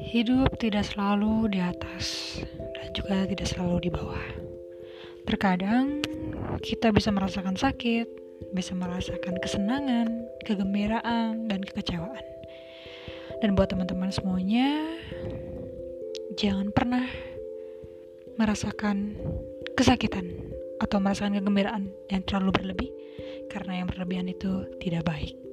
Hidup tidak selalu di atas dan juga tidak selalu di bawah. Terkadang kita bisa merasakan sakit, bisa merasakan kesenangan, kegembiraan, dan kekecewaan. Dan buat teman-teman semuanya, jangan pernah merasakan kesakitan atau merasakan kegembiraan yang terlalu berlebih, karena yang berlebihan itu tidak baik.